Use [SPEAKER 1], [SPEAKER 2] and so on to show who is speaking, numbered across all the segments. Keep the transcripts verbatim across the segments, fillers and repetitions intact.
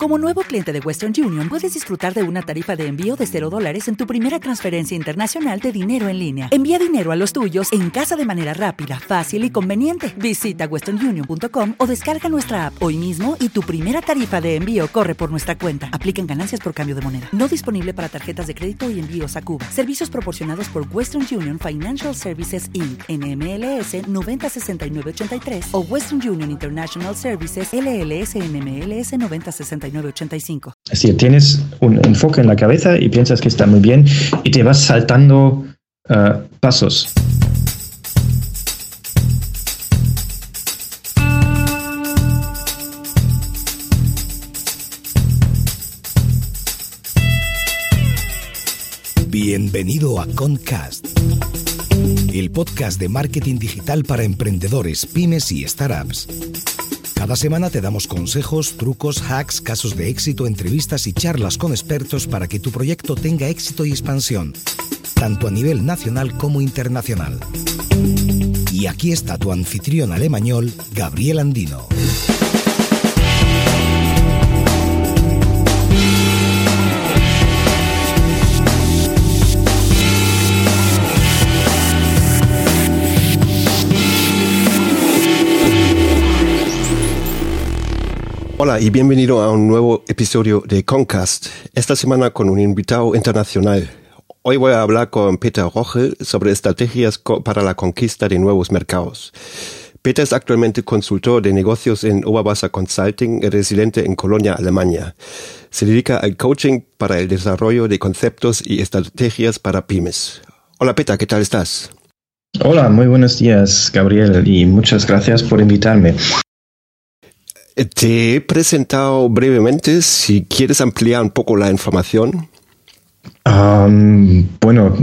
[SPEAKER 1] Como nuevo cliente de Western Union, puedes disfrutar de una tarifa de envío de cero dólares en tu primera transferencia internacional de dinero en línea. Envía dinero a los tuyos en casa de manera rápida, fácil y conveniente. Visita western union punto com o descarga nuestra app hoy mismo y tu primera tarifa de envío corre por nuestra cuenta. Aplican ganancias por cambio de moneda. No disponible para tarjetas de crédito y envíos a Cuba. Servicios proporcionados por Western Union Financial Services incorporated. N M L S noventa sesenta y nueve ochenta y tres o Western Union International Services L L S N M L S noventa sesenta y nueve ochenta y cinco.
[SPEAKER 2] Es decir, tienes un enfoque en la cabeza y piensas que está muy bien y te vas saltando uh, pasos.
[SPEAKER 3] Bienvenido a Concast, el podcast de marketing digital para emprendedores, pymes y startups. Cada semana te damos consejos, trucos, hacks, casos de éxito, entrevistas y charlas con expertos para que tu proyecto tenga éxito y expansión, tanto a nivel nacional como internacional. Y aquí está tu anfitrión alemañol, Gabriel Andino.
[SPEAKER 4] Hola y bienvenido a un nuevo episodio de Concast, esta semana con un invitado internacional. Hoy voy a hablar con Peter Roche sobre estrategias para la conquista de nuevos mercados. Peter es actualmente consultor de negocios en Oberwasser Consulting y residente en Colonia, Alemania. Se dedica al coaching para el desarrollo de conceptos y estrategias para pymes. Hola Peter, ¿qué tal estás?
[SPEAKER 2] Hola, muy buenos días Gabriel y muchas gracias por invitarme.
[SPEAKER 4] Te he presentado brevemente, si quieres ampliar un poco la información.
[SPEAKER 2] Um, bueno,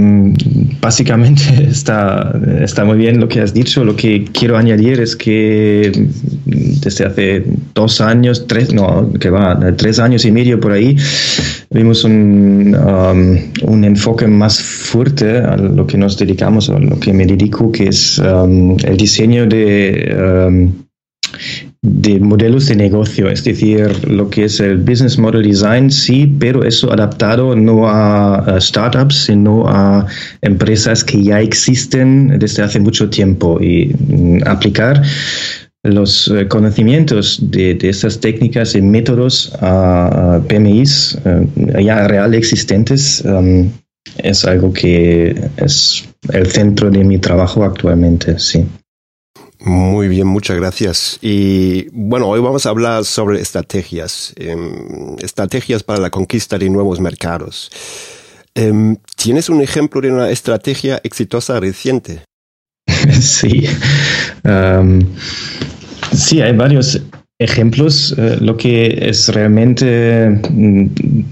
[SPEAKER 2] básicamente está, está muy bien lo que has dicho. Lo que quiero añadir es que desde hace dos años, tres, no, que va, tres años y medio por ahí, vimos un, um, un enfoque más fuerte a lo que nos dedicamos, a lo que me dedico, que es um, el diseño de... Um, de modelos de negocio, es decir, lo que es el business model design, sí, pero eso adaptado no a, a startups, sino a empresas que ya existen desde hace mucho tiempo y mm, aplicar los uh, conocimientos de, de estas técnicas y métodos a, a P M Is uh, ya real existentes um, es algo que es el centro de mi trabajo actualmente, sí.
[SPEAKER 4] Muy bien, muchas gracias. Y bueno, hoy vamos a hablar sobre estrategias, eh, estrategias para la conquista de nuevos mercados. Eh, ¿Tienes un ejemplo de una estrategia exitosa reciente?
[SPEAKER 2] Sí, um, sí, hay varios ejemplos. Uh, lo que es realmente um,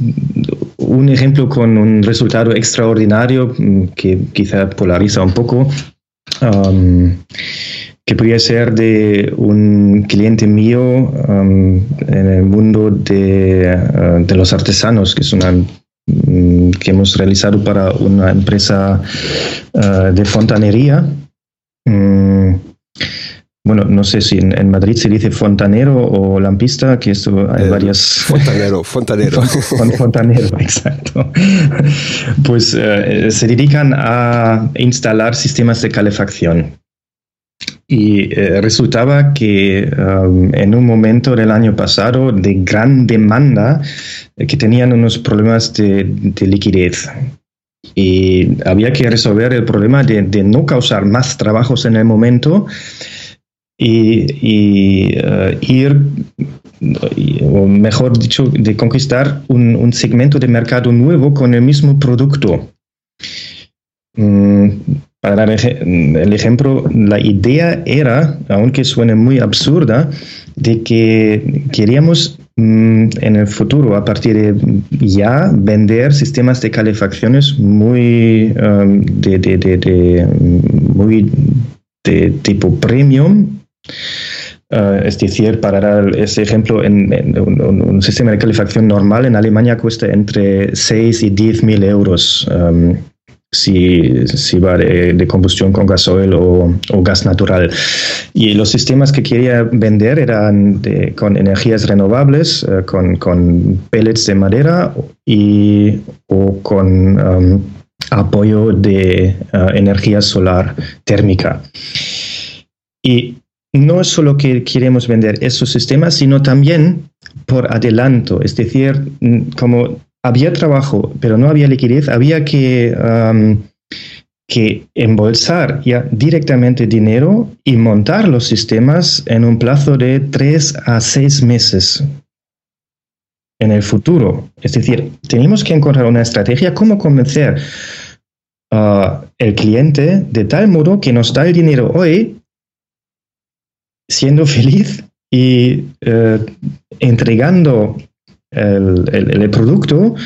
[SPEAKER 2] un ejemplo con un resultado extraordinario um, que quizá polariza un poco. Um, que podría ser de un cliente mío um, en el mundo de, uh, de los artesanos, que es una um, que hemos realizado para una empresa uh, de fontanería. Um, bueno, no sé si en, en Madrid se dice fontanero o lampista, que esto hay eh, varias...
[SPEAKER 4] Fontanero, fontanero.
[SPEAKER 2] Fontanero, exacto. Pues uh, se dedican a instalar sistemas de calefacción. Y eh, resultaba que um, en un momento del año pasado de gran demanda, eh, que tenían unos problemas de, de liquidez. Y había que resolver el problema de, de no causar más trabajos en el momento y, y uh, ir, o mejor dicho, de conquistar un, un segmento de mercado nuevo con el mismo producto. Mm, Para dar el ejemplo, la idea era, aunque suene muy absurda, de que queríamos mmm, en el futuro, a partir de ya, vender sistemas de calefacciones muy, um, de, de, de, de, muy de tipo premium. Uh, es decir, para dar ese ejemplo, en, en un, un sistema de calefacción normal en Alemania cuesta entre seis y diez mil euros. Um, si, si va de, de combustión con gasoil o, o gas natural. Y los sistemas que quería vender eran de, con energías renovables, uh, con, con pellets de madera y, o con um, apoyo de uh, energía solar térmica. Y no es solo que queremos vender esos sistemas, sino también por adelanto. Es decir, como había trabajo, pero no había liquidez, había que, um, que embolsar ya directamente dinero y montar los sistemas en un plazo de tres a seis meses en el futuro. Es decir, tenemos que encontrar una estrategia cómo convencer al uh, cliente de tal modo que nos da el dinero hoy, siendo feliz y uh, entregando El, el, el producto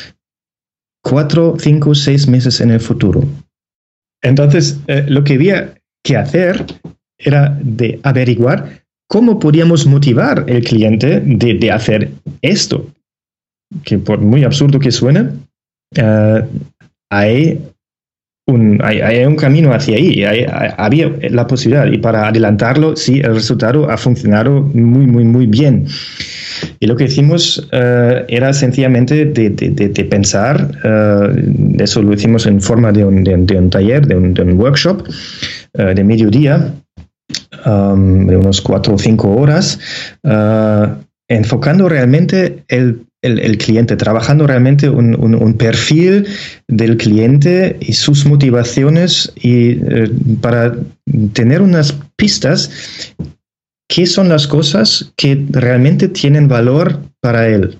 [SPEAKER 2] cuatro, cinco, seis meses en el futuro. Entonces, eh, lo que había que hacer era de averiguar cómo podíamos motivar al cliente de, de hacer esto. Que por muy absurdo que suene, uh, hay, un, hay, hay un camino hacia ahí. Hay, hay, había la posibilidad. Y para adelantarlo, sí, el resultado ha funcionado muy, muy, muy bien. Y lo que hicimos uh, era sencillamente de, de, de, de pensar, uh, eso lo hicimos en forma de un, de, de un taller, de un, de un workshop uh, de mediodía, um, de unos cuatro o cinco horas, uh, enfocando realmente el, el, el cliente, trabajando realmente un, un, un perfil del cliente y sus motivaciones y uh, para tener unas pistas. ¿Qué son las cosas que realmente tienen valor para él?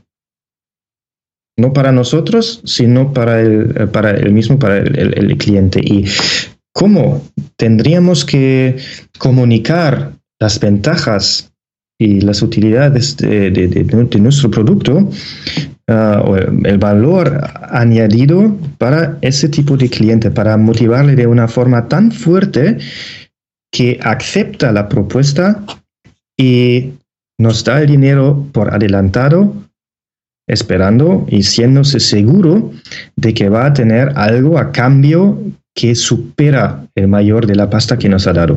[SPEAKER 2] No para nosotros, sino para el, para el mismo, para el, el, el cliente. Y cómo tendríamos que comunicar las ventajas y las utilidades de, de, de, de nuestro producto, uh, o el, el valor añadido para ese tipo de cliente, para motivarle de una forma tan fuerte que acepta la propuesta y nos da el dinero por adelantado, esperando y siéndose seguro de que va a tener algo a cambio que supera el mayor de la pasta que nos ha dado.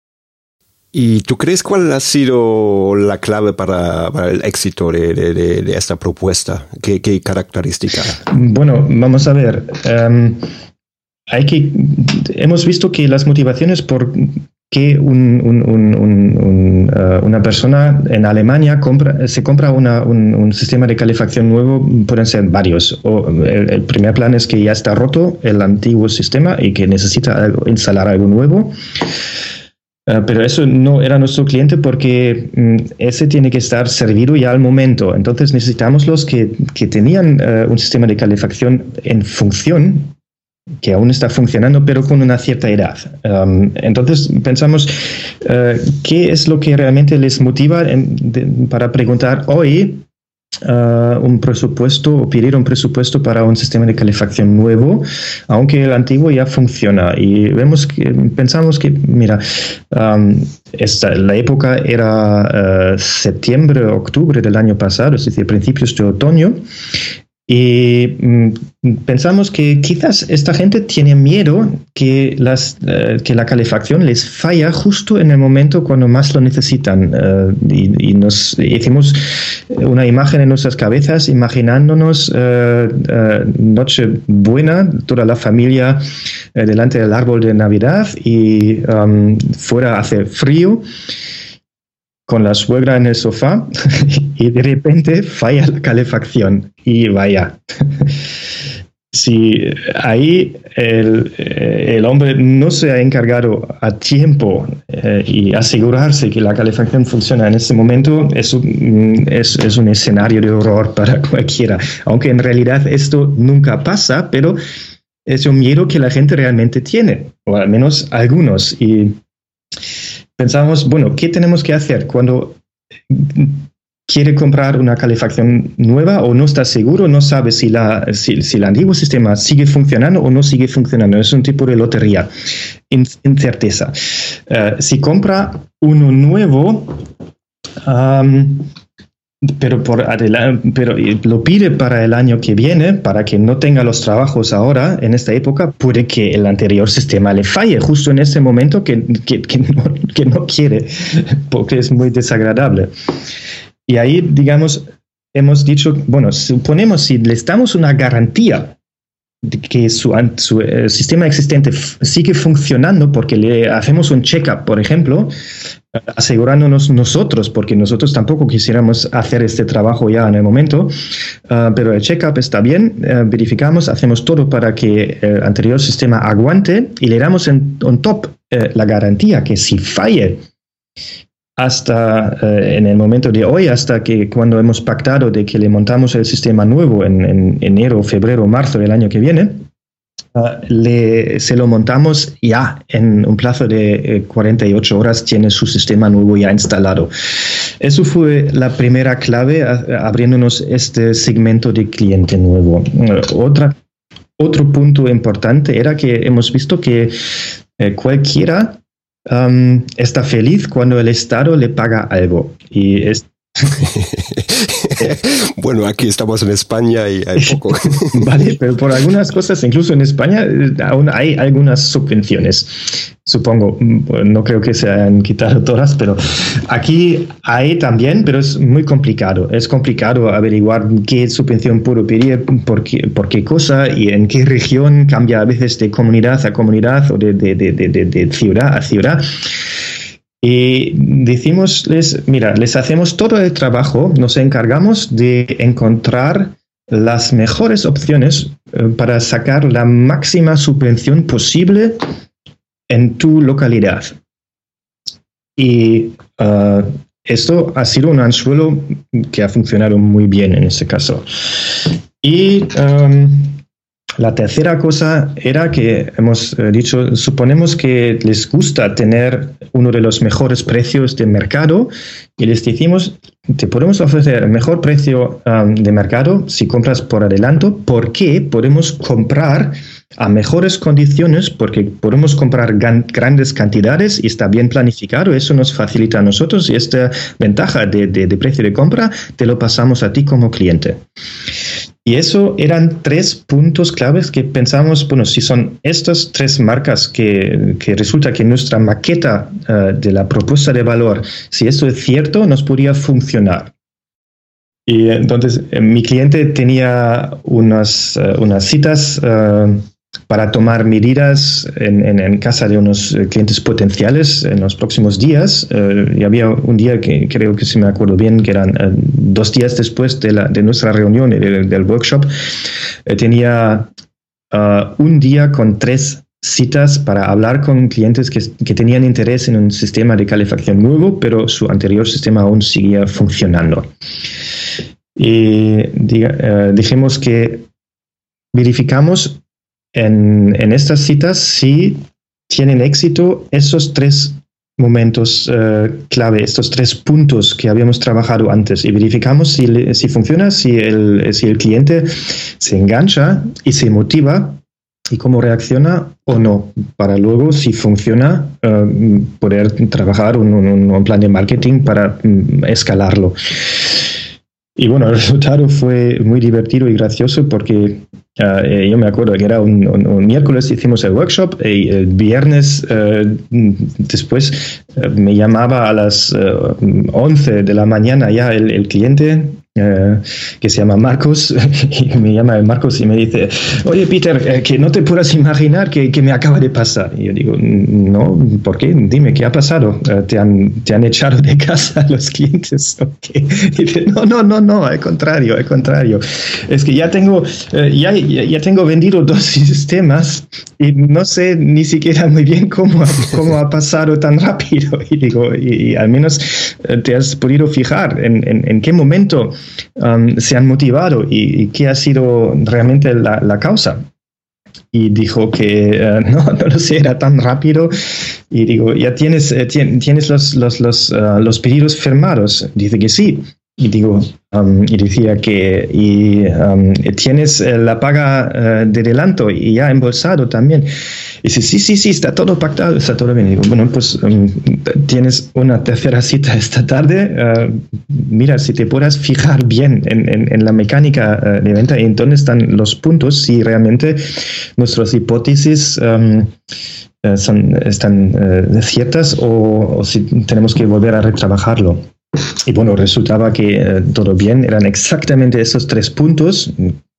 [SPEAKER 4] ¿Y tú crees cuál ha sido la clave para, para el éxito de, de, de, de esta propuesta? ¿Qué, qué característica?
[SPEAKER 2] Bueno, vamos a ver. Um, hay que, hemos visto que las motivaciones por que un, un, un, un, uh, una persona en Alemania compra, se compra una, un, un sistema de calefacción nuevo, pueden ser varios. O el, el primer plan es que ya está roto el antiguo sistema y que necesita algo, instalar algo nuevo. Uh, pero eso no era nuestro cliente porque um, ese tiene que estar servido ya al momento. Entonces necesitamos los que, que tenían uh, un sistema de calefacción en función, que aún está funcionando, pero con una cierta edad. Um, entonces pensamos, uh, ¿qué es lo que realmente les motiva en, de, para preguntar hoy uh, un presupuesto o pedir un presupuesto para un sistema de calefacción nuevo, aunque el antiguo ya funciona? Y vemos que, pensamos que, mira, um, esta, la época era uh, septiembre, octubre del año pasado, es decir, principios de otoño. Y mm, pensamos que quizás esta gente tiene miedo que, las, uh, que la calefacción les falla justo en el momento cuando más lo necesitan. Uh, y, y nos hicimos una imagen en nuestras cabezas imaginándonos uh, uh, Nochebuena, toda la familia uh, delante del árbol de Navidad y um, fuera hace frío, con la suegra en el sofá y de repente falla la calefacción y vaya. Si ahí el, el hombre no se ha encargado a tiempo eh, y asegurarse que la calefacción funciona en ese momento, eso es, es un escenario de horror para cualquiera. Aunque en realidad esto nunca pasa, pero es un miedo que la gente realmente tiene, o al menos algunos. Y pensamos, bueno, ¿qué tenemos que hacer cuando quiere comprar una calefacción nueva o no está seguro, no sabe si, la, si, si el antiguo sistema sigue funcionando o no sigue funcionando? Es un tipo de lotería, incerteza. Uh, si compra uno nuevo, um, pero, por adelante, pero lo pide para el año que viene, para que no tenga los trabajos ahora, en esta época, puede que el anterior sistema le falle justo en ese momento que, que, que, no, que no quiere, porque es muy desagradable. Y ahí, digamos, hemos dicho, bueno, suponemos si le damos una garantía de que su, su eh, sistema existente sigue funcionando porque le hacemos un check-up, por ejemplo, asegurándonos nosotros, porque nosotros tampoco quisiéramos hacer este trabajo ya en el momento, uh, pero el check-up está bien, uh, verificamos, hacemos todo para que el anterior sistema aguante y le damos en on top uh, la garantía que si falle hasta uh, en el momento de hoy, hasta que cuando hemos pactado de que le montamos el sistema nuevo en, en enero, febrero, marzo del año que viene, Uh, le, se lo montamos ya en un plazo de eh, cuarenta y ocho horas, tiene su sistema nuevo ya instalado. Eso fue la primera clave, a, abriéndonos este segmento de cliente nuevo. Uh, otra, otro punto importante era que hemos visto que eh, cualquiera um, está feliz cuando el Estado le paga algo. Y es
[SPEAKER 4] Bueno, aquí estamos en España y hay poco.
[SPEAKER 2] Vale, pero por algunas cosas, incluso en España, aún hay algunas subvenciones. Supongo, no creo que se hayan quitado todas, pero aquí hay también, pero es muy complicado. Es complicado averiguar qué subvención puedo pedir, por qué, por qué cosa y en qué región, cambia a veces de comunidad a comunidad o de, de, de, de, de, de ciudad a ciudad. Y decimosles, mira, les hacemos todo el trabajo, nos encargamos de encontrar las mejores opciones eh, para sacar la máxima subvención posible en tu localidad. Y uh, esto ha sido un anzuelo que ha funcionado muy bien en este caso. Y um, la tercera cosa era que hemos eh, dicho, suponemos que les gusta tener uno de los mejores precios de mercado y les decimos, te podemos ofrecer el mejor precio um, de mercado si compras por adelanto, porque podemos comprar a mejores condiciones, porque podemos comprar gan- grandes cantidades y está bien planificado, eso nos facilita a nosotros y esta ventaja de, de, de precio de compra te lo pasamos a ti como cliente. Y eso eran tres puntos claves que pensamos, bueno, si son estas tres marcas que, que resulta que nuestra maqueta uh, de la propuesta de valor, si esto es cierto, nos podría funcionar. Y entonces eh, mi cliente tenía unas, uh, unas citas uh, para tomar medidas en, en, en casa de unos clientes potenciales en los próximos días. Uh, y había un día que creo que si me acuerdo bien, que eran uh, dos días después de, la, de nuestra reunión, de, del workshop, uh, tenía uh, un día con tres citas para hablar con clientes que, que tenían interés en un sistema de calefacción nuevo, pero su anterior sistema aún seguía funcionando. Y diga, uh, dijimos que verificamos En, en estas citas si tienen éxito esos tres momentos uh, clave, estos tres puntos que habíamos trabajado antes y verificamos si, le, si funciona, si el, si el cliente se engancha y se motiva y cómo reacciona o no, para luego, si funciona, uh, poder trabajar un, un, un plan de marketing para um, escalarlo. Y bueno, el resultado fue muy divertido y gracioso porque uh, eh, yo me acuerdo que era un, un, un miércoles, hicimos el workshop y el viernes uh, después uh, me llamaba a las uh, once de la mañana ya el, el cliente uh, que se llama Marcos y me llama Marcos y me dice, oye Peter, eh, que no te puedas imaginar que, que me acaba de pasar. Y yo digo, no, ¿por qué? Dime, ¿qué ha pasado? Uh, ¿te, han, ¿Te han echado de casa los clientes? Okay. Y dice, no, no, no, no, al contrario, al contrario. Es que ya tengo, uh, ya, ya, ya tengo vendido dos sistemas y no sé ni siquiera muy bien cómo, cómo ha pasado tan rápido. Y digo, y, y al menos uh, te has podido fijar en, en, en qué momento um, se han motivado y, y qué ha sido realmente la, la causa. Y dijo que uh, no, no lo sé, era tan rápido. Y digo, ¿ya tienes, eh, tienes los, los, los, uh, los pedidos firmados? Dice que sí. y digo, um, y decía que y, um, tienes eh, la paga uh, de adelanto y ya embolsado también. Y dice, sí, sí, sí, está todo pactado, está todo bien. Y digo, bueno, pues um, tienes una tercera cita esta tarde. Uh, mira, si te puedas fijar bien en, en, en la mecánica uh, de venta y en dónde están los puntos, si realmente nuestras hipótesis um, uh, son, están uh, ciertas o, o si tenemos que volver a retrabajarlo. Y bueno, resultaba que eh, todo bien, eran exactamente esos tres puntos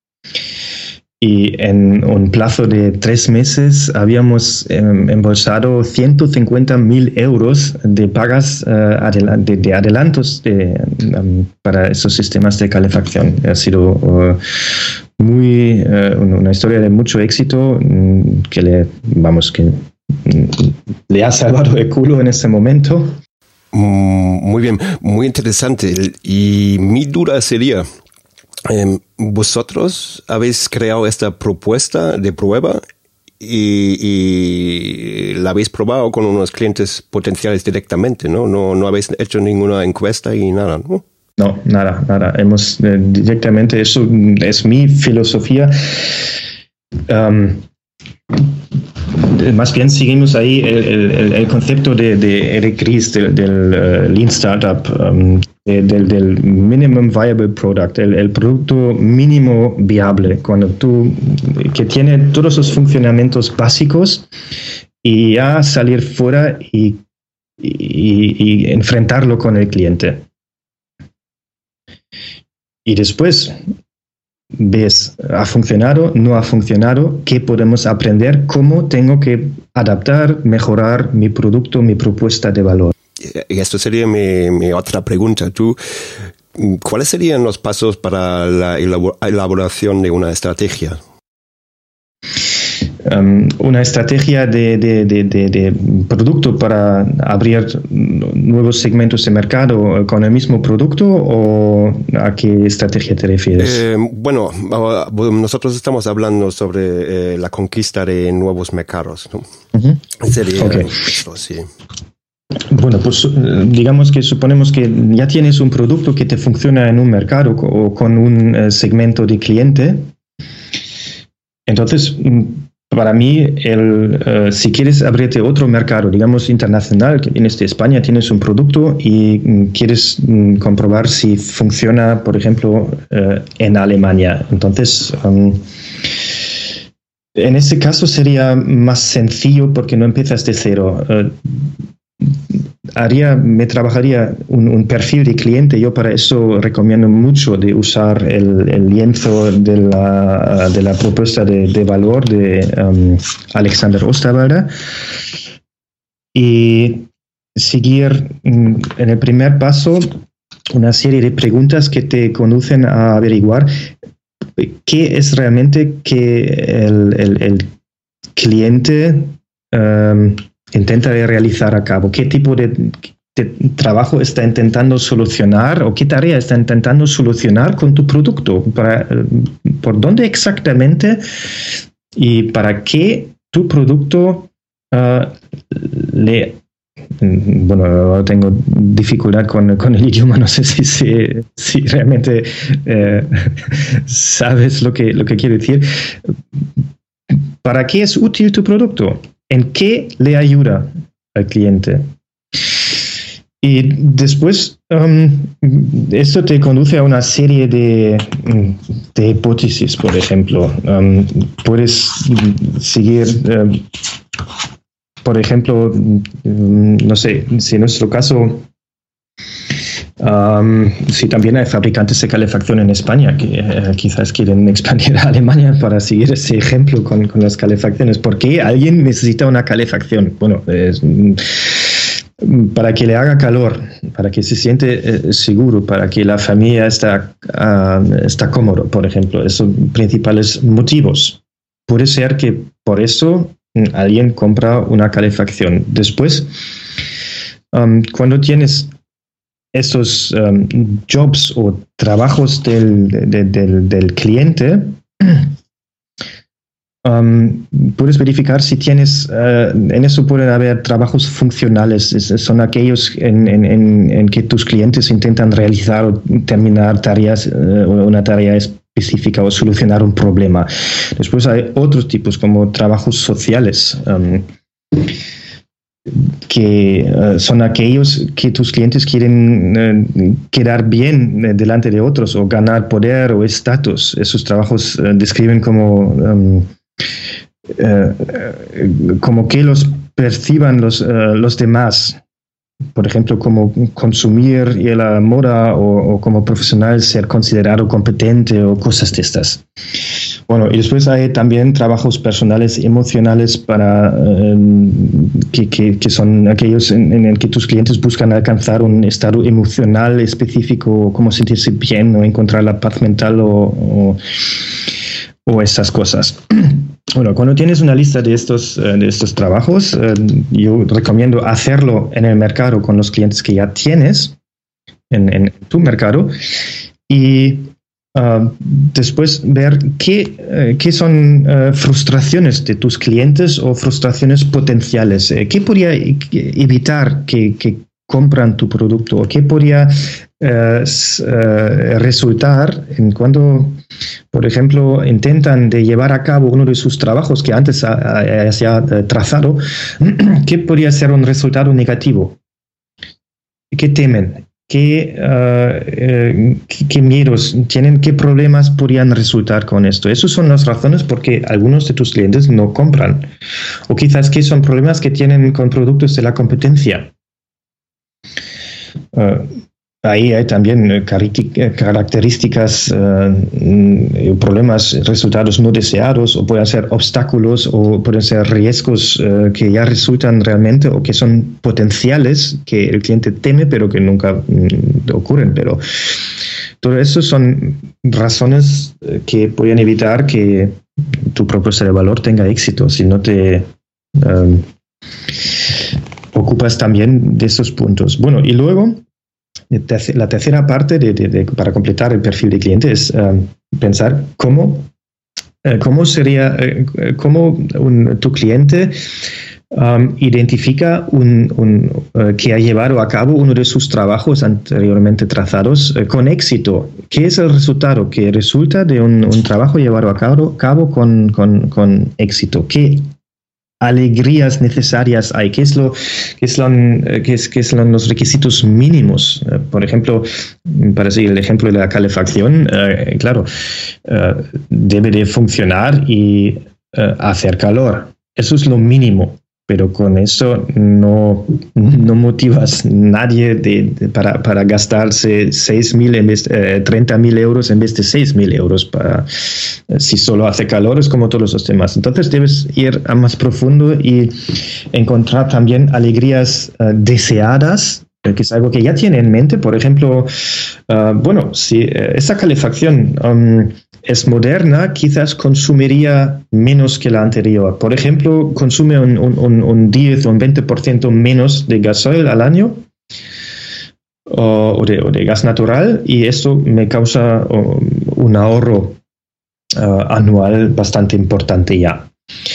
[SPEAKER 2] y en un plazo de tres meses habíamos eh, embolsado ciento cincuenta mil euros de pagas eh, adel- de, de adelantos de, um, para esos sistemas de calefacción. Ha sido uh, muy uh, una historia de mucho éxito um, que le, vamos, que um, le ha salvado el culo en ese momento.
[SPEAKER 4] Muy bien, muy interesante. Y mi duda sería, eh, vosotros habéis creado esta propuesta de prueba y, y la habéis probado con unos clientes potenciales directamente, ¿no? No, no habéis hecho ninguna encuesta y nada, ¿no?
[SPEAKER 2] No, nada, nada. Hemos eh, directamente, eso es mi filosofía. Um, Más bien seguimos ahí el, el, el concepto de, de Eric Ries, del, del uh, Lean Startup, um, de, del, del Minimum Viable Product, el, el producto mínimo viable, cuando tú, que tiene todos los funcionamientos básicos y ya salir fuera y, y, y enfrentarlo con el cliente. Y después ves, ha funcionado, no ha funcionado, qué podemos aprender, cómo tengo que adaptar, mejorar mi producto, mi propuesta de valor.
[SPEAKER 4] Y esto sería mi, mi otra pregunta. ¿Tú, cuáles serían los pasos para la elaboración de una estrategia?
[SPEAKER 2] Um, una estrategia de, de, de, de, de producto para abrir nuevos segmentos de mercado con el mismo producto, ¿o a qué estrategia te refieres?
[SPEAKER 4] Eh, bueno, nosotros estamos hablando sobre eh, la conquista de nuevos mercados, ¿no? Uh-huh. Sería
[SPEAKER 2] okay.
[SPEAKER 4] Eso, sí.
[SPEAKER 2] Bueno, pues digamos que suponemos que ya tienes un producto que te funciona en un mercado o con un uh, segmento de cliente. Entonces, para mí, el, uh, si quieres abrirte otro mercado, digamos internacional, que vienes de España, tienes un producto y um, quieres um, comprobar si funciona, por ejemplo, uh, en Alemania. Entonces, um, en ese caso sería más sencillo porque no empiezas de cero. Uh, Haría, me trabajaría un, un perfil de cliente. Yo para eso recomiendo mucho de usar el, el lienzo de la, de la propuesta de, de valor de um, Alexander Osterwalder y seguir en el primer paso una serie de preguntas que te conducen a averiguar qué es realmente que el, el, el cliente um, intenta realizar a cabo, qué tipo de, de trabajo está intentando solucionar o qué tarea está intentando solucionar con tu producto, para, por dónde exactamente y para qué tu producto uh, le... Bueno, tengo dificultad con, con el idioma, no sé si, si, si realmente eh, sabes lo que, lo que quiero decir. ¿Para qué es útil tu producto? ¿En qué le ayuda al cliente? Y después, um, esto te conduce a una serie de, de hipótesis, por ejemplo. Um, puedes seguir, um, por ejemplo, um, no sé, si en nuestro caso, Um, sí, también hay fabricantes de calefacción en España que eh, quizás quieren expandir a Alemania para seguir ese ejemplo con, con las calefacciones. ¿Por qué alguien necesita una calefacción? Bueno, eh, para que le haga calor, para que se siente eh, seguro, para que la familia está, uh, está cómodo, por ejemplo. Esos son principales motivos. Puede ser que por eso alguien compra una calefacción. Después, um, cuando tienes esos um, jobs o trabajos del, de, del, del cliente, Um, puedes verificar si tienes, uh, en eso pueden haber trabajos funcionales, es, son aquellos en, en, en, en que tus clientes intentan realizar o terminar tareas, uh, una tarea específica o solucionar un problema. Después hay otros tipos como trabajos sociales, um, que uh, son aquellos que tus clientes quieren uh, quedar bien uh, delante de otros o ganar poder o estatus. Esos trabajos uh, describen como um, Uh, uh, como que los perciban los, uh, los demás, por ejemplo, como consumir y la moda o, o como profesional ser considerado competente o cosas de estas. Bueno, y después hay también trabajos personales, emocionales, para uh, que, que, que son aquellos en, en el que tus clientes buscan alcanzar un estado emocional específico, como sentirse bien o encontrar la paz mental o, o, o estas cosas. Bueno, cuando tienes una lista de estos, uh, de estos trabajos, uh, yo recomiendo hacerlo en el mercado con los clientes que ya tienes en, en tu mercado y uh, después ver qué, uh, qué son uh, frustraciones de tus clientes o frustraciones potenciales. Uh, ¿Qué podría evitar que, que compran tu producto o qué podría uh, uh, resultar en cuando, por ejemplo, intentan de llevar a cabo uno de sus trabajos que antes se ha trazado? ¿Qué podría ser un resultado negativo? ¿Qué temen? ¿Qué, uh, eh, qué, qué miedos tienen? ¿Qué problemas podrían resultar con esto? Esas son las razones por qué algunos de tus clientes no compran. O quizás qué son problemas que tienen con productos de la competencia. Uh, Ahí hay también características, uh, problemas, resultados no deseados, o pueden ser obstáculos, o pueden ser riesgos uh, que ya resultan realmente, o que son potenciales, que el cliente teme, pero que nunca mm, ocurren. Pero todo eso son razones que pueden evitar que tu propuesta de valor tenga éxito, si no te uh, ocupas también de esos puntos. Bueno, y luego la tercera parte de, de, de, para completar el perfil de cliente es um, pensar cómo, uh, cómo sería, uh, cómo un, tu cliente um, identifica un, un, uh, que ha llevado a cabo uno de sus trabajos anteriormente trazados uh, con éxito. ¿Qué es el resultado que resulta de un, un trabajo llevado a cabo, cabo con, con, con éxito? ¿Qué alegrías necesarias hay? ¿Qué es lo, qué es lo, qué es, qué son los requisitos mínimos? Uh, por ejemplo, para seguir el ejemplo de la calefacción, uh, claro, uh, debe de funcionar y uh, hacer calor. Eso es lo mínimo, pero con eso no, no motivas a nadie de, de, para, para gastarse seis mil en vez, eh, treinta mil euros en vez de seis mil euros para, eh, si solo hace calor. Es como todos los temas. Entonces debes ir a más profundo y encontrar también alegrías uh, deseadas, que es algo que ya tiene en mente. Por ejemplo, uh, bueno, si uh, esta calefacción um, es moderna, quizás consumiría menos que la anterior. Por ejemplo, consume un, un, un diez o un veinte por ciento menos de gasoil al año o, o, de, o de gas natural, y esto me causa uh, un ahorro uh, anual bastante importante ya.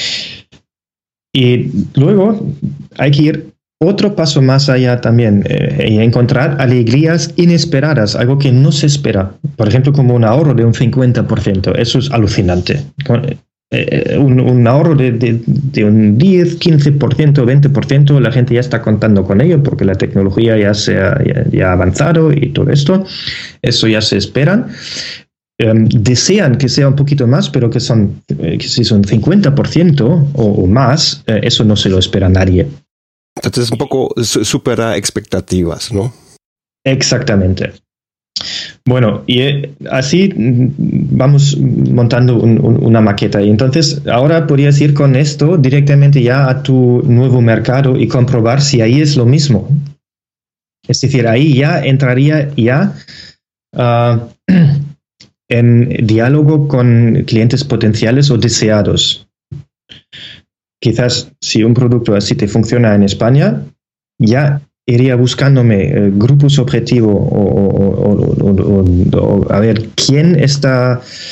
[SPEAKER 2] Y luego hay que ir otro paso más allá también, eh, y encontrar alegrías inesperadas, algo que no se espera. Por ejemplo, como un ahorro de un cincuenta por ciento. Eso es alucinante. Con, eh, un, un ahorro de, de, de un diez, quince por ciento, veinte por ciento, la gente ya está contando con ello porque la tecnología ya, se ha, ya, ya ha avanzado y todo esto. Eso ya se esperan. Um, desean que sea un poquito más, pero que, son, eh, que si son cincuenta por ciento o, o más, eh, eso no se lo espera nadie.
[SPEAKER 4] Entonces un poco supera expectativas, ¿no?
[SPEAKER 2] Exactamente. Bueno, y así vamos montando un, un, una maqueta. Y entonces ahora podrías ir con esto directamente ya a tu nuevo mercado y comprobar si ahí es lo mismo. Es decir, ahí ya entraría ya uh, en diálogo con clientes potenciales o deseados. Quizás si un producto así te funciona en España, ya iría buscándome eh, grupos objetivo o, o, o, o, o, o a ver quién está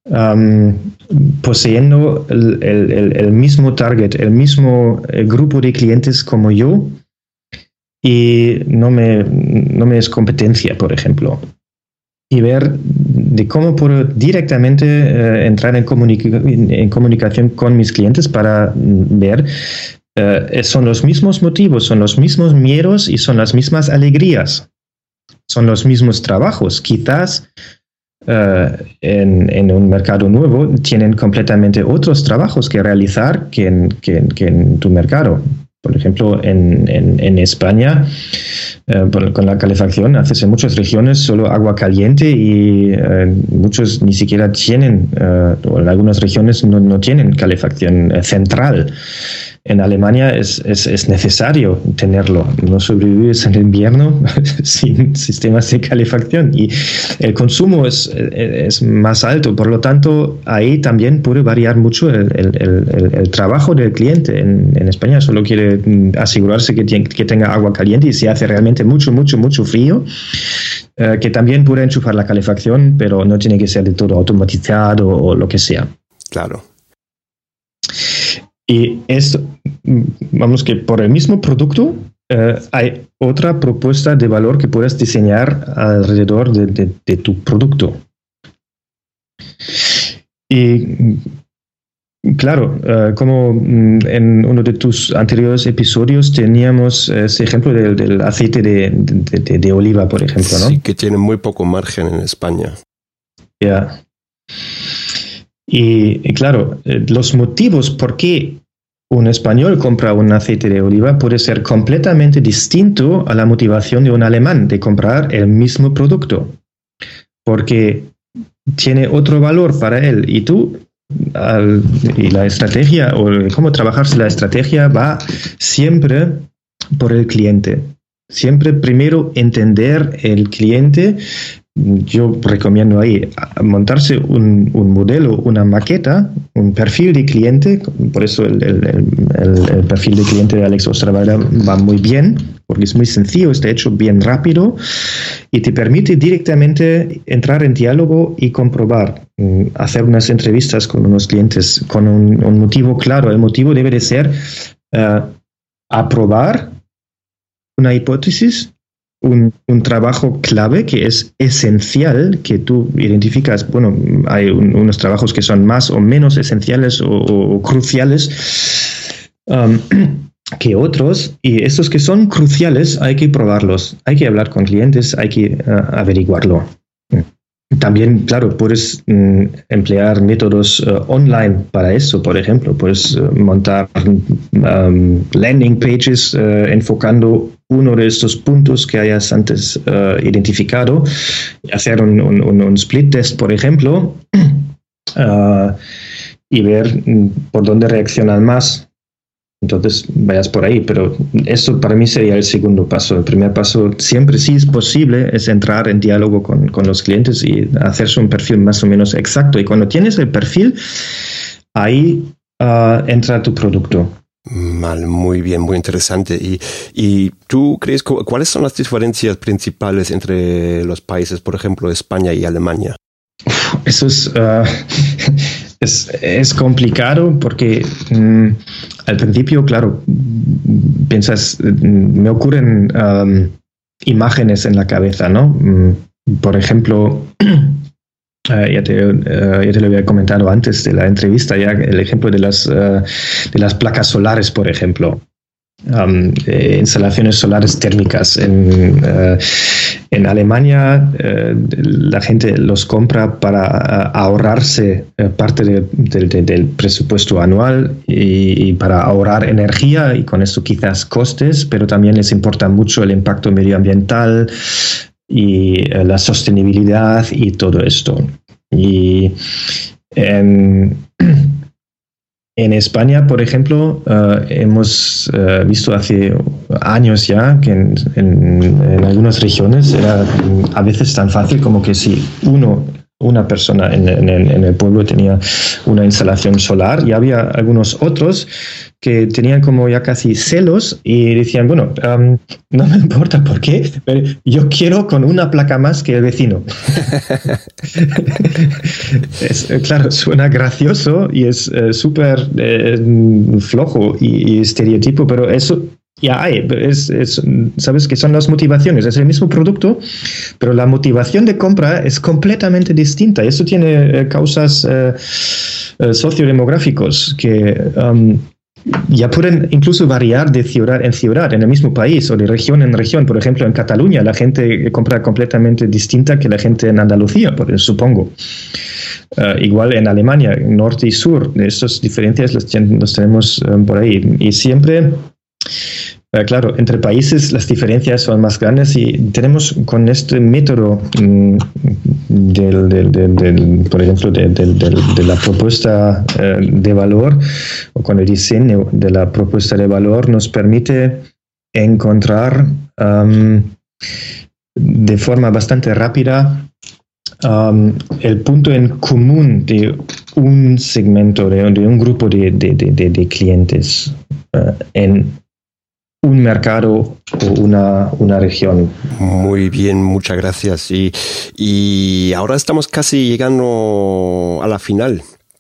[SPEAKER 2] um, poseyendo el, el, el mismo target, el mismo grupo de clientes como yo, y no me, no me es competencia, por ejemplo. Y ver de cómo puedo directamente eh, entrar en, comunica en comunicación con mis clientes para ver, eh, son los mismos motivos, son los mismos miedos y son las mismas alegrías. Son los mismos trabajos. Quizás uh, en, en un mercado nuevo tienen completamente otros trabajos que realizar que en, que, que en tu mercado. Por ejemplo, en, en, en España, uh, por, con la calefacción, haces en muchas regiones solo agua caliente y uh, muchos ni siquiera tienen, uh, o en algunas regiones no, no tienen calefacción uh, central. En Alemania es, es, es necesario tenerlo. No sobrevives en el invierno sin sistemas de calefacción. Y el consumo es, es más alto. Por lo tanto, ahí también puede variar mucho el, el, el, el trabajo del cliente. En, en España solo quiere asegurarse que, tiene, que tenga agua caliente, y si hace realmente mucho, mucho, mucho frío, eh, que también puede enchufar la calefacción, pero no tiene que ser de todo automatizado o lo que sea.
[SPEAKER 4] Claro.
[SPEAKER 2] Y esto, vamos que por el mismo producto eh, hay otra propuesta de valor que puedes diseñar alrededor de, de, de tu producto. Y claro, uh, como en uno de tus anteriores episodios teníamos ese ejemplo del, del aceite de, de, de, de oliva, por ejemplo, ¿no?
[SPEAKER 4] Sí, que tiene muy poco margen en España.
[SPEAKER 2] Ya. Yeah. Y, y claro, eh, los motivos por qué un español compra un aceite de oliva puede ser completamente distinto a la motivación de un alemán de comprar el mismo producto, porque tiene otro valor para él. Y tú, al, y la estrategia, o cómo trabajarse la estrategia, va siempre por el cliente. Siempre primero entender el cliente. Yo recomiendo ahí montarse un, un modelo, una maqueta, un perfil de cliente. Por eso el, el, el, el perfil de cliente de Alex Osterwalder va muy bien, porque es muy sencillo, está hecho bien rápido y te permite directamente entrar en diálogo y comprobar, hacer unas entrevistas con unos clientes con un, un motivo claro. El motivo debe de ser uh, aprobar una hipótesis, Un, un trabajo clave que es esencial, que tú identificas. Bueno, hay un, unos trabajos que son más o menos esenciales o, o, o cruciales um, que otros, y estos que son cruciales hay que probarlos, hay que hablar con clientes, hay que uh, averiguarlo. También, claro, puedes mm, emplear métodos uh, online para eso. Por ejemplo, puedes uh, montar um, landing pages uh, enfocando uno de estos puntos que hayas antes uh, identificado, y hacer un, un, un split test, por ejemplo, uh, y ver mm, por dónde reaccionan más. Entonces vayas por ahí, pero esto para mí sería el segundo paso. El primer paso, siempre si es posible, es entrar en diálogo con, con los clientes y hacerse un perfil más o menos exacto. Y cuando tienes el perfil, ahí uh, entra tu producto.
[SPEAKER 4] Mal, muy bien, muy interesante. ¿Y, y tú crees, cuáles son las diferencias principales entre los países, por ejemplo, España y Alemania?
[SPEAKER 2] Eso es... Uh, Es, es complicado porque mmm, al principio, claro, piensas, me ocurren um, imágenes en la cabeza, ¿no? Mm, por ejemplo, uh, ya, te, uh, ya te lo había comentado antes de la entrevista, ya el ejemplo de las, uh, de las placas solares, por ejemplo. Um, eh, instalaciones solares térmicas en, uh, en Alemania, uh, la gente los compra para uh, ahorrarse uh, parte de, de, de, del presupuesto anual y, y para ahorrar energía, y con esto quizás costes, pero también les importa mucho el impacto medioambiental y uh, la sostenibilidad y todo esto. Y en En España, por ejemplo, uh, hemos uh, visto hace años ya que en, en, en algunas regiones era a veces tan fácil como que si uno, una persona en, en, en el pueblo tenía una instalación solar, y había algunos otros que tenían como ya casi celos y decían, bueno, um, no me importa por qué, pero yo quiero con una placa más que el vecino. es, claro, suena gracioso y es eh, súper eh, flojo y, y estereotipo, pero eso ya hay. Es, es, sabes que son las motivaciones, es el mismo producto, pero la motivación de compra es completamente distinta. Y eso tiene eh, causas eh, eh, sociodemográficos que um, ya pueden incluso variar de ciudad en ciudad, en el mismo país o de región en región. Por ejemplo, en Cataluña la gente compra completamente distinta que la gente en Andalucía, por, supongo. Uh, igual en Alemania, norte y sur. Estas diferencias las, las tenemos um, por ahí. Y siempre, uh, claro, entre países las diferencias son más grandes y tenemos con este método um, del, del, del, del, por ejemplo, de, del, del, de la propuesta uh, de valor, o con el diseño de la propuesta de valor, nos permite encontrar um, de forma bastante rápida um, el punto en común de un segmento, de, de un grupo de, de, de, de clientes uh, en un mercado o una, una región.
[SPEAKER 4] Muy bien, muchas gracias. Y, y ahora estamos casi llegando a la final.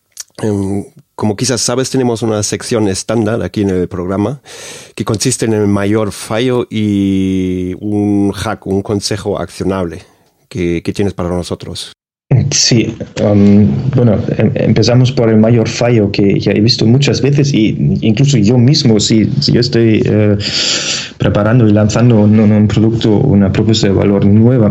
[SPEAKER 4] Como quizás sabes, tenemos una sección estándar aquí en el programa que consiste en el mayor fallo y un hack, un consejo accionable que, que tienes para nosotros.
[SPEAKER 2] Sí, um, bueno, em, empezamos por el mayor fallo que ya he visto muchas veces, y incluso yo mismo, si, si yo estoy eh, preparando y lanzando un, un producto, una propuesta de valor nueva,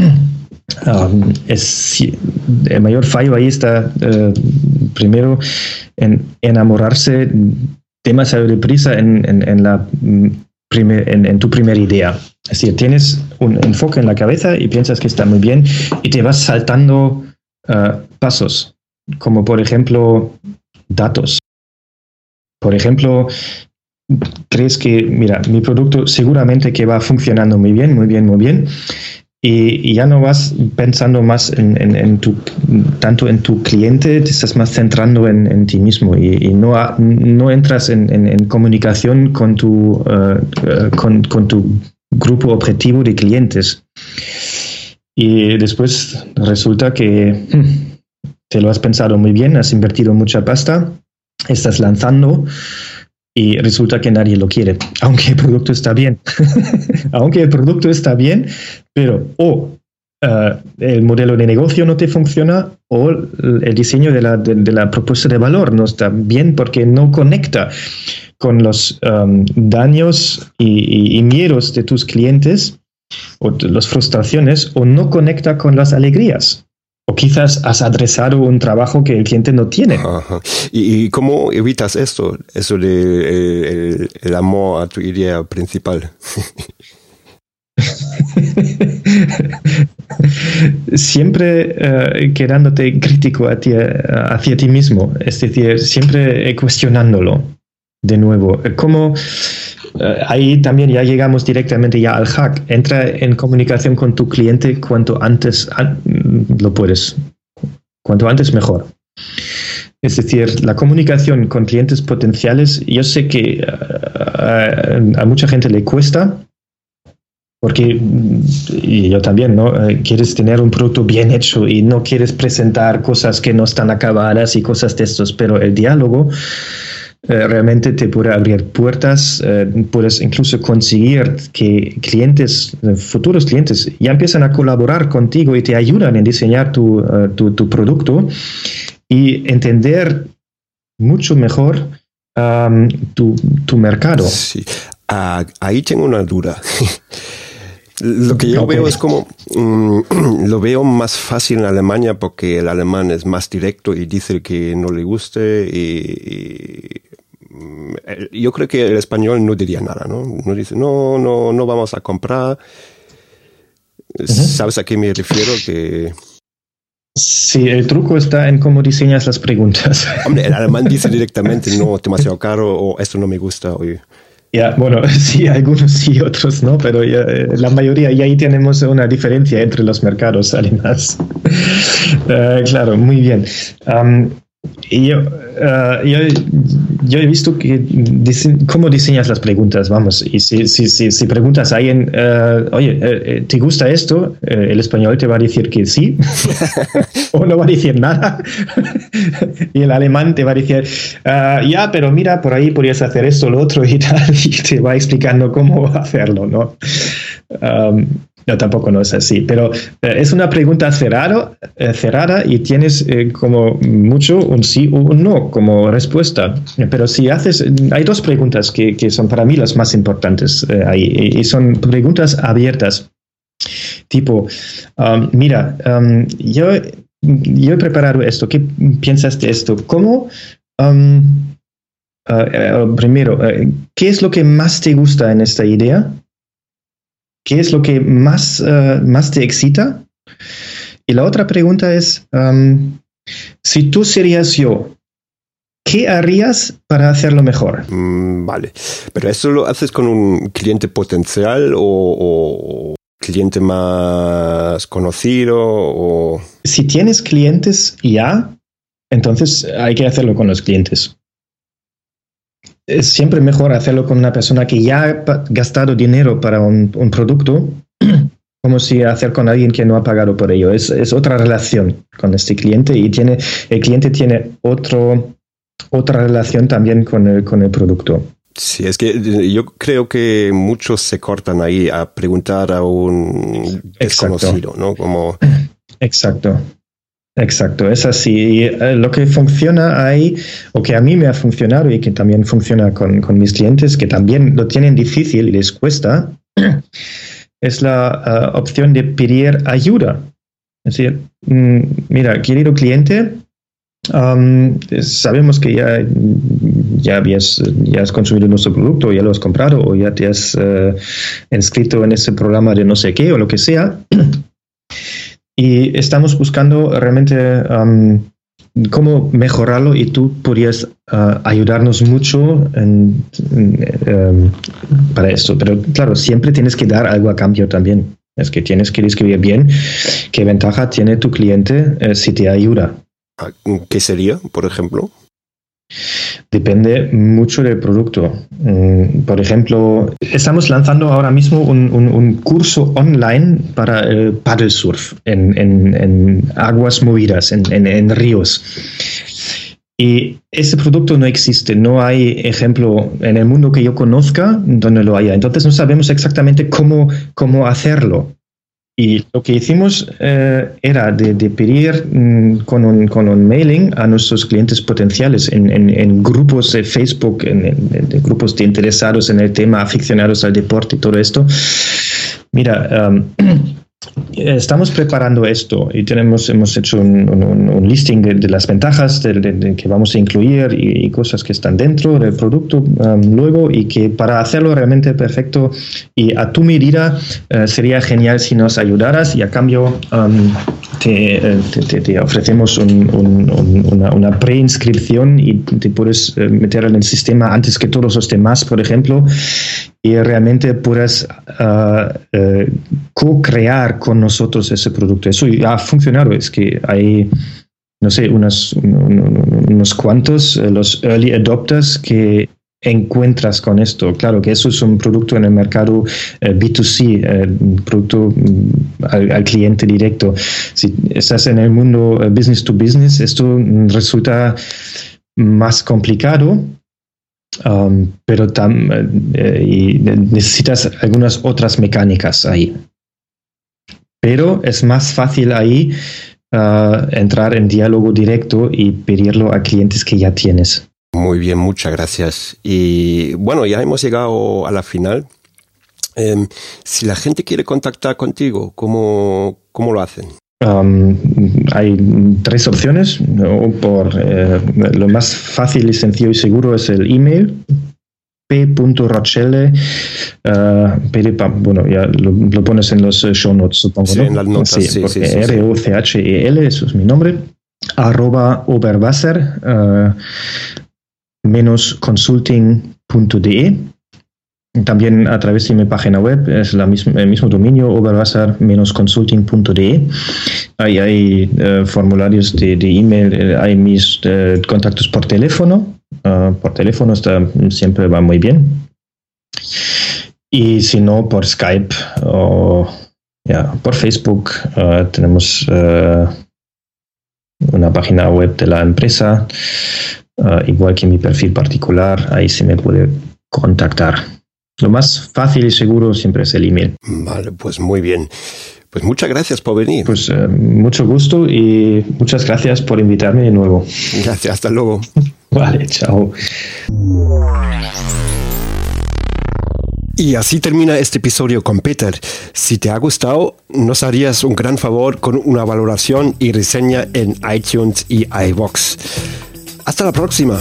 [SPEAKER 2] um, es, si, el mayor fallo ahí está uh, primero en enamorarse demasiado deprisa en, en, en, la, primer, en, en tu primera idea. Es decir, tienes un enfoque en la cabeza y piensas que está muy bien y te vas saltando uh, pasos, como por ejemplo datos. Por ejemplo, crees que, mira, mi producto seguramente que va funcionando muy bien, muy bien, muy bien, y, y ya no vas pensando más en, en, en tu, tanto en tu cliente, te estás más centrando en, en ti mismo y, y no, no entras en, en, en comunicación con tu, uh, uh, con, con tu grupo objetivo de clientes. Y después resulta que hmm, te lo has pensado muy bien, has invertido mucha pasta, estás lanzando y resulta que nadie lo quiere, aunque el producto está bien. Aunque el producto está bien, pero o uh, el modelo de negocio no te funciona o el diseño de la, de, de la propuesta de valor no está bien porque no conecta con los um, daños y, y, y miedos de tus clientes o las frustraciones, o no conecta con las alegrías. O quizás has adresado un trabajo que el cliente no tiene.
[SPEAKER 4] Ajá. ¿Y, y cómo evitas esto? Eso de eh, el, el amor a tu idea principal.
[SPEAKER 2] Siempre uh, quedándote crítico a ti, uh, hacia ti mismo. Es decir, siempre cuestionándolo. De nuevo, como uh, ahí también ya llegamos directamente ya al hack. Entra en comunicación con tu cliente cuanto antes an, lo puedes. Cuanto antes mejor. Es decir, la comunicación con clientes potenciales, yo sé que uh, a, a mucha gente le cuesta, porque, y yo también, ¿no? Uh, quieres tener un producto bien hecho y no quieres presentar cosas que no están acabadas y cosas de estos, pero el diálogo Uh, realmente te puede abrir puertas, uh, puedes incluso conseguir que clientes, uh, futuros clientes, ya empiezan a colaborar contigo y te ayudan en diseñar tu, uh, tu, tu producto y entender mucho mejor um, tu, tu mercado.
[SPEAKER 4] Sí. Uh, ahí tengo una duda. Lo que yo okay. veo es como, um, lo veo más fácil en Alemania porque el alemán es más directo y dice que no le guste y, y yo creo que el español no diría nada, ¿no? No dice, no, no, no vamos a comprar. Uh-huh. ¿Sabes a qué me refiero? Que
[SPEAKER 2] sí, el truco está en cómo diseñas las preguntas.
[SPEAKER 4] Hombre, el alemán dice directamente, no, demasiado caro o esto no me gusta. O,
[SPEAKER 2] Ya, bueno, sí, algunos sí, otros no, pero ya, la mayoría, y ahí tenemos una diferencia entre los mercados, además. uh, claro, muy bien. Um, Y yo, uh, yo, yo he visto que dise- cómo diseñas las preguntas, vamos, y si, si, si, si preguntas a alguien, uh, oye, uh, ¿te gusta esto? Uh, el español te va a decir que sí, o no va a decir nada, y el alemán te va a decir, uh, ya, pero mira, por ahí podrías hacer esto, lo otro y tal, y te va explicando cómo hacerlo, ¿no? Um, No, tampoco no es así, pero eh, es una pregunta cerrado, eh, cerrada y tienes eh, como mucho un sí o un no como respuesta. Pero si haces, hay dos preguntas que, que son para mí las más importantes eh, ahí y, y son preguntas abiertas. Tipo, um, mira, um, yo, yo he preparado esto, ¿qué piensas de esto? ¿Cómo? Um, uh, uh, primero, uh, ¿qué es lo que más te gusta en esta idea? ¿Qué es lo que más, uh, más te excita? Y la otra pregunta es, um, si tú serías yo, ¿qué harías para hacerlo mejor?
[SPEAKER 4] Mm, vale, pero ¿eso lo haces con un cliente potencial o, o cliente más conocido? O...
[SPEAKER 2] Si tienes clientes ya, entonces hay que hacerlo con los clientes. Es siempre mejor hacerlo con una persona que ya ha gastado dinero para un, un producto, como si hacer con alguien que no ha pagado por ello. Es, es otra relación con este cliente y tiene, el cliente tiene otro, otra relación también con el, con el producto.
[SPEAKER 4] Sí, es que yo creo que muchos se cortan ahí a preguntar a un desconocido, ¿no? Como...
[SPEAKER 2] Exacto. Exacto, es así. Y, eh, lo que funciona ahí, o que a mí me ha funcionado y que también funciona con, con mis clientes, que también lo tienen difícil y les cuesta, es la uh, opción de pedir ayuda. Es decir, mm, mira, querido cliente, um, sabemos que ya, ya, habías, ya has consumido nuestro producto, ya lo has comprado o ya te has uh, inscrito en ese programa de no sé qué o lo que sea. Y estamos buscando realmente um, cómo mejorarlo y tú podrías uh, ayudarnos mucho en, en, um, para esto. Pero claro, siempre tienes que dar algo a cambio también. Es que tienes que describir bien qué ventaja tiene tu cliente eh, si te ayuda.
[SPEAKER 4] ¿Qué sería, por ejemplo?
[SPEAKER 2] Depende mucho del producto. Por ejemplo, estamos lanzando ahora mismo un, un, un curso online para el paddle surf en, en, en aguas movidas, en, en, en ríos. Y ese producto no existe, no hay ejemplo en el mundo que yo conozca donde lo haya. Entonces no sabemos exactamente cómo, cómo hacerlo. Y lo que hicimos eh, era de, de pedir mm, con, un, con un mailing a nuestros clientes potenciales en, en, en grupos de Facebook, en, en, en grupos de interesados en el tema, aficionados al deporte y todo esto. Mira, um, estamos preparando esto y tenemos, hemos hecho un, un, un listing de, de las ventajas de, de, de que vamos a incluir y, y cosas que están dentro del producto um, luego, y que para hacerlo realmente perfecto y a tu medida uh, sería genial si nos ayudaras, y a cambio um, te, te, te, te ofrecemos un, un, un, una, una preinscripción y te puedes uh, meter en el sistema antes que todos los demás, por ejemplo, y realmente puedas uh, uh, co-crear con nosotros ese producto. Eso ya ha funcionado, es que hay, no sé, unos, unos cuantos, los early adopters que encuentras con esto. Claro que eso es un producto en el mercado eh, B dos C, eh, producto al, al cliente directo. Si estás en el mundo eh, business to business, esto resulta más complicado. Um, pero tam, eh, y necesitas algunas otras mecánicas ahí. Pero es más fácil ahí uh, entrar en diálogo directo y pedirlo a clientes que ya tienes.
[SPEAKER 4] Muy bien, muchas gracias. Y bueno, ya hemos llegado a la final. Eh, si la gente quiere contactar contigo, ¿cómo, cómo lo hacen?
[SPEAKER 2] Um, hay tres opciones, ¿no? Por, eh, lo más fácil y sencillo y seguro es el email p punto rochelle uh, bueno, ya lo, lo pones en los show notes, supongo,
[SPEAKER 4] sí,
[SPEAKER 2] ¿no?
[SPEAKER 4] En las notas, sí, sí, sí, sí,
[SPEAKER 2] R O C H E L, eso es mi nombre, arroba oberwasser uh, menos consulting punto de. También a través de mi página web, es la misma, el mismo dominio, oberwasser dash consulting punto de. Ahí hay uh, formularios de, de email, eh, hay mis uh, contactos por teléfono. Uh, por teléfono está, siempre va muy bien. Y si no, por Skype o yeah, por Facebook. Uh, tenemos uh, una página web de la empresa, uh, igual que mi perfil particular. Ahí se me puede contactar. Lo más fácil y seguro siempre es el email.
[SPEAKER 4] Vale, pues muy bien. Pues muchas gracias por venir.
[SPEAKER 2] Pues eh, mucho gusto y muchas gracias por invitarme de nuevo.
[SPEAKER 4] Gracias, hasta luego.
[SPEAKER 2] Vale, chao.
[SPEAKER 4] Y así termina este episodio con Peter. Si te ha gustado, nos harías un gran favor con una valoración y reseña en iTunes y iVoox. Hasta la próxima.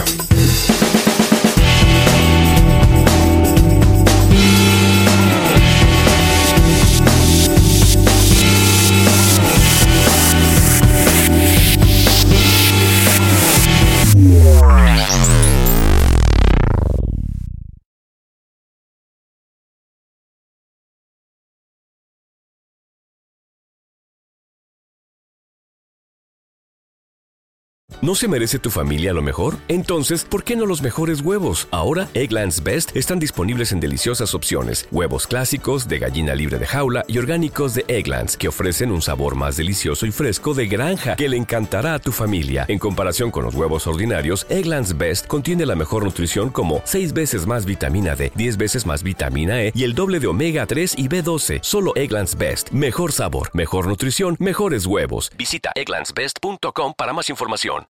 [SPEAKER 5] ¿No se merece tu familia lo mejor? Entonces, ¿por qué no los mejores huevos? Ahora, Eggland's Best están disponibles en deliciosas opciones. Huevos clásicos, de gallina libre de jaula y orgánicos de Eggland's, que ofrecen un sabor más delicioso y fresco de granja que le encantará a tu familia. En comparación con los huevos ordinarios, Eggland's Best contiene la mejor nutrición como seis veces más vitamina D, diez veces más vitamina E y el doble de omega tres y B doce. Solo Eggland's Best. Mejor sabor, mejor nutrición, mejores huevos. Visita egglands best punto com para más información.